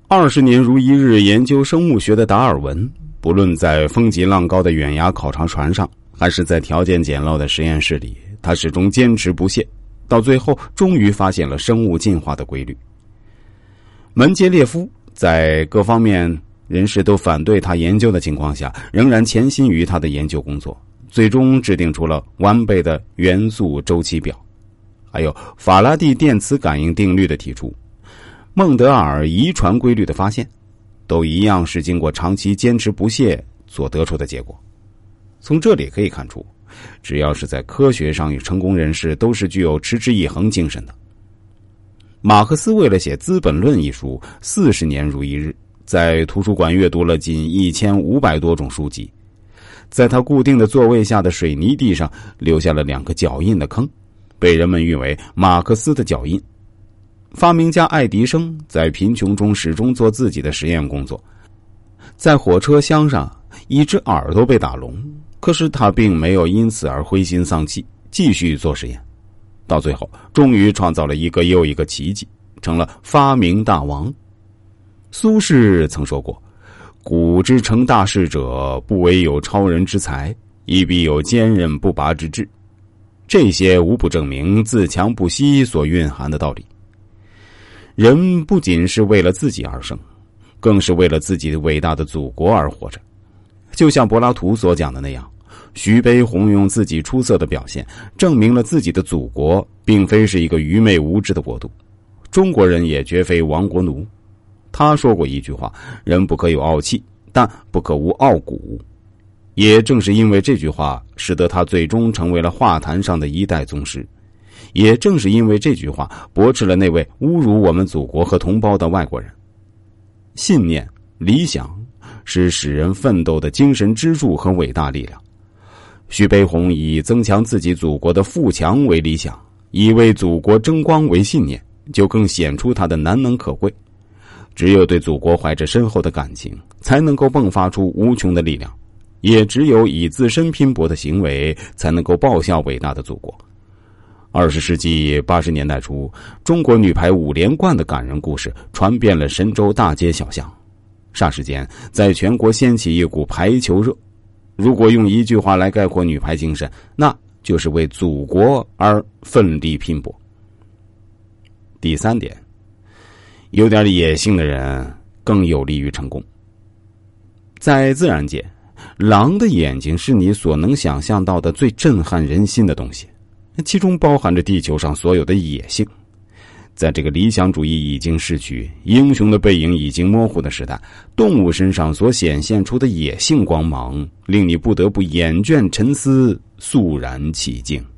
20年如一日研究生物学的达尔文，不论在风急浪高的远洋考察船上，还是在条件简陋的实验室里，他始终坚持不懈，到最后终于发现了生物进化的规律。门捷列夫在各方面人士都反对他研究的情况下，仍然潜心于他的研究工作，最终制定出了完备的元素周期表，还有法拉第电磁感应定律的提出，孟德尔遗传规律的发现，都一样是经过长期坚持不懈所得出的结果。从这里可以看出，只要是在科学上与成功人士，都是具有持之以恒精神的。马克思为了写《资本论》一书，40年如一日，在图书馆阅读了近1500多种书籍，在他固定的座位下的水泥地上留下了2个脚印的坑，被人们誉为马克思的脚印。发明家爱迪生在贫穷中始终做自己的实验工作，在火车厢上一只耳朵被打聋，可是他并没有因此而灰心丧气，继续做实验，到最后终于创造了一个又一个奇迹，成了发明大王。苏轼曾说过，古之成大事者，不惟有超人之才，亦必有坚韧不拔之志。这些无不证明自强不息所蕴含的道理。人不仅是为了自己而生，更是为了自己伟大的祖国而活着。就像柏拉图所讲的那样，徐悲鸿用自己出色的表现证明了自己的祖国并非是一个愚昧无知的国度，中国人也绝非亡国奴。他说过一句话，人不可有傲气，但不可无傲骨。也正是因为这句话，使得他最终成为了画坛上的一代宗师。也正是因为这句话，驳斥了那位侮辱我们祖国和同胞的外国人。信念、理想是使人奋斗的精神支柱和伟大力量。徐悲鸿以增强自己祖国的富强为理想，以为祖国争光为信念，就更显出他的难能可贵。只有对祖国怀着深厚的感情，才能够迸发出无穷的力量，也只有以自身拼搏的行为，才能够报效伟大的祖国。20世纪80年代初，中国女排5连冠的感人故事传遍了神州大街小巷，霎时间在全国掀起一股排球热。如果用一句话来概括女排精神，那就是为祖国而奋力拼搏。第3点，有点野性的人更有利于成功。在自然界，狼的眼睛是你所能想象到的最震撼人心的东西，其中包含着地球上所有的野性。在这个理想主义已经逝去，英雄的背影已经模糊的时代，动物身上所显现出的野性光芒，令你不得不眼倦沉思，肃然起敬。